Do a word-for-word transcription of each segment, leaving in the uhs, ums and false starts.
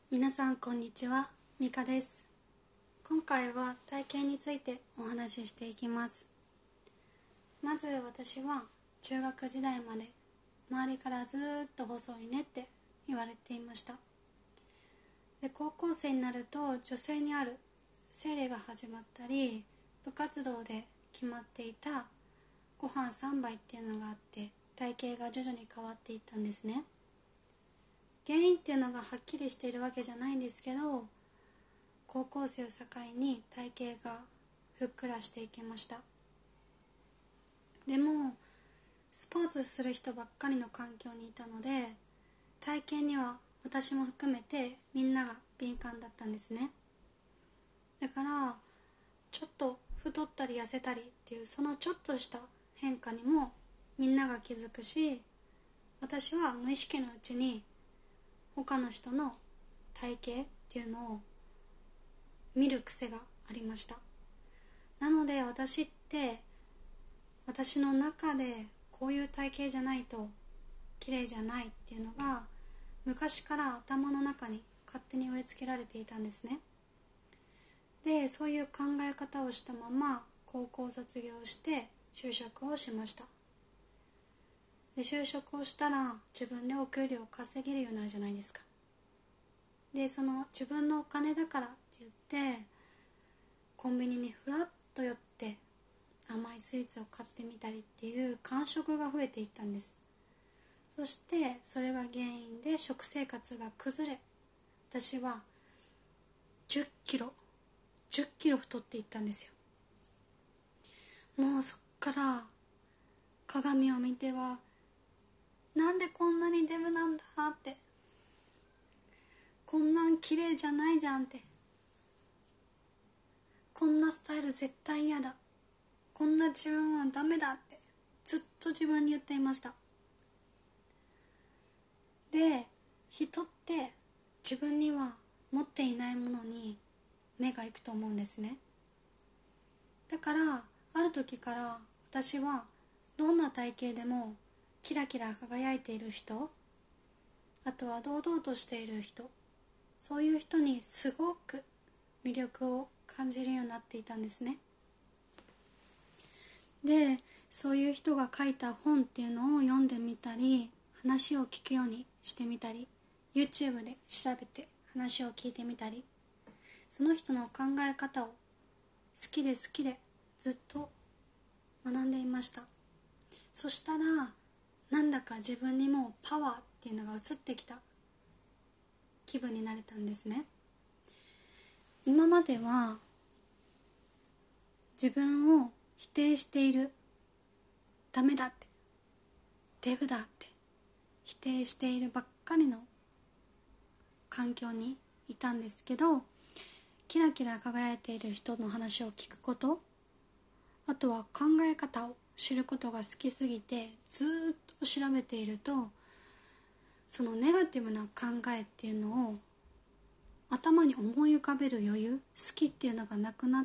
皆さんこんにちは、ミカです。今回は体型についてお話ししていきます。まず私は中学時代まで周りからずーっと細いねって言われていました。で、高校生になると女性にある生理が始まったり、部活動で決まっていたご飯さんばいっていうのがあって、体型が徐々に変わっていったんですね。原因っていうのがはっきりしているわけじゃないんですけど、高校生を境に体型がふっくらしていきました。でもスポーツする人ばっかりの環境にいたので、体型には私も含めてみんなが敏感だったんですね。だからちょっと太ったり痩せたりっていうそのちょっとした変化にもみんなが気づくし、私は無意識のうちに他の人の体型っていうのを見る癖がありました。なので私って私の中でこういう体型じゃないと綺麗じゃないっていうのが昔から頭の中に勝手に植え付けられていたんですね。で、そういう考え方をしたまま高校を卒業して就職をしました。で、就職をしたら自分でお給料を稼げるようになるじゃないですか。で、その自分のお金だからって言ってコンビニにふらっと寄って甘いスイーツを買ってみたりっていう間食が増えていったんです。そしてそれが原因で食生活が崩れ、私はじゅっキロじゅっキロ太っていったんですよ。もうそっから鏡を見ては、なんでこんなにデブなんだって、こんなん綺麗じゃないじゃんって、こんなスタイル絶対嫌だ、こんな自分はダメだってずっと自分に言っていました。で、人って自分には持っていないものに目がいくと思うんですね。だからある時から私はどんな体型でもキラキラ輝いている人、あとは堂々としている人、そういう人にすごく魅力を感じるようになっていたんですね。で、そういう人が書いた本っていうのを読んでみたり、話を聞くようにしてみたり、 YouTube で調べて話を聞いてみたり、その人の考え方を好きで好きでずっと学んでいました。そしたらなんだか自分にもパワーっていうのが移ってきた気分になれたんですね。今までは自分を否定している、ダメだって、デブだって否定しているばっかりの環境にいたんですけど、キラキラ輝いている人の話を聞くこと、あとは考え方を知ることが好きすぎてずっと調べていると、そのネガティブな考えっていうのを頭に思い浮かべる余裕、好きっていうのがなくなって、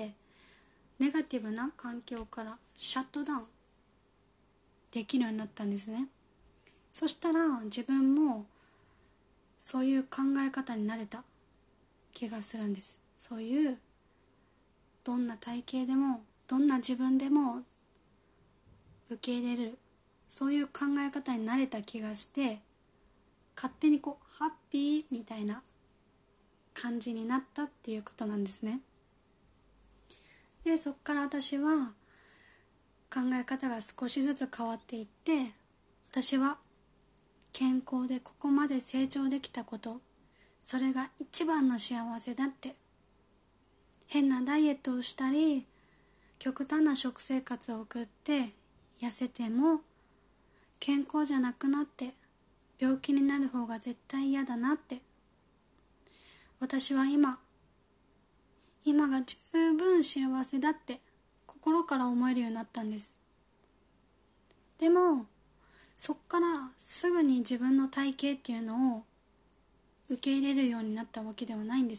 ネガティブな環境からシャットダウンできるようになったんですね。そしたら自分もそういう考え方になれた気がするんです。そういうどんな体型でもどんな自分でも受け入れる、そういう考え方になれた気がして、勝手にこうハッピーみたいな感じになったっていうことなんですね。で、そっから私は考え方が少しずつ変わっていって、私は健康でここまで成長できたこと、それが一番の幸せだって、変なダイエットをしたり極端な食生活を送って痩せても健康じゃなくなって病気になる方が絶対嫌だなって、私は今今が十分幸せだって心から思えるようになったんです。でもそっからすぐに自分の体型っていうのを受け入れるようになったわけではないんです。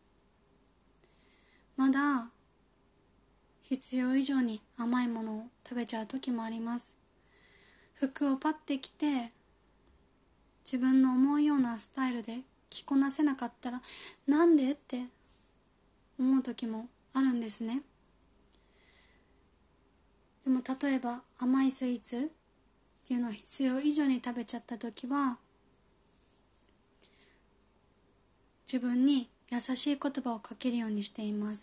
まだ必要以上に甘いものを食べちゃう時もあります。服をパッて着て自分の思うようなスタイルで着こなせなかったらなんでって思う時もあるんですね。でも例えば甘いスイーツっていうのを必要以上に食べちゃった時は、自分に優しい言葉をかけるようにしています。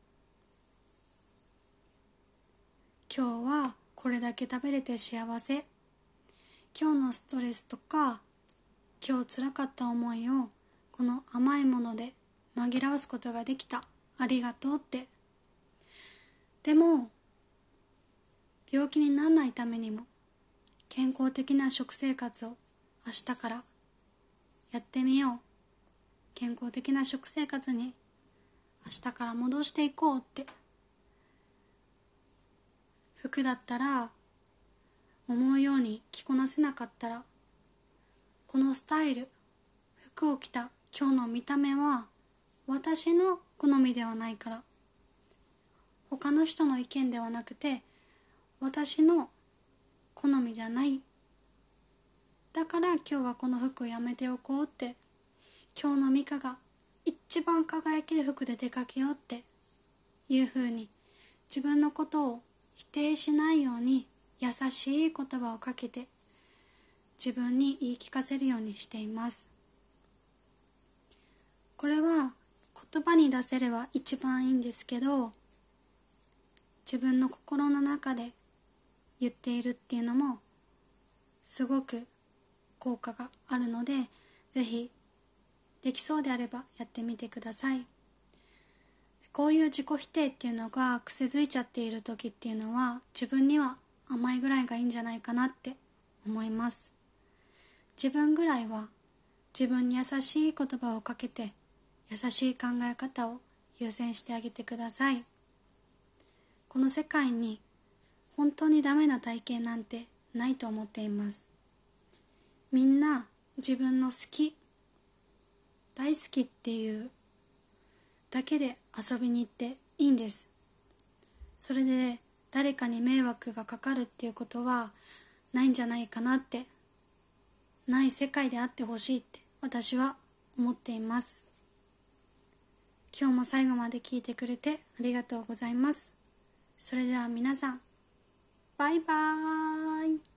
今日はこれだけ食べれて幸せ。今日のストレスとか今日辛かった思いをこの甘いもので紛らわすことができた。ありがとうって。でも病気にならないためにも健康的な食生活を明日からやってみよう。健康的な食生活に明日から戻していこうって。服だったら思うように着こなせなかったら、このスタイル、服を着た今日の見た目は私の好みではないから、他の人の意見ではなくて私の好みじゃない。だから今日はこの服をやめておこうって、今日のミカが一番輝ける服で出かけようっていうふうに、自分のことを否定しないように優しい言葉をかけて自分に言い聞かせるようにしています。これは言葉に出せれば一番いいんですけど、自分の心の中で言っているっていうのもすごく効果があるので、ぜひできそうであればやってみてください。こういう自己否定っていうのが癖づいちゃっている時っていうのは、自分には甘いぐらいがいいんじゃないかなって思います。自分ぐらいは自分に優しい言葉をかけて、優しい考え方を優先してあげてください。この世界に本当にダメな体型なんてないと思っています。みんな自分の好き、大好きっていうだけで遊びに行っていいんです。それで誰かに迷惑がかかるっていうことはないんじゃないかなって、ない世界であってほしいって私は思っています。今日も最後まで聞いてくれてありがとうございます。それでは皆さん、バイバーイ。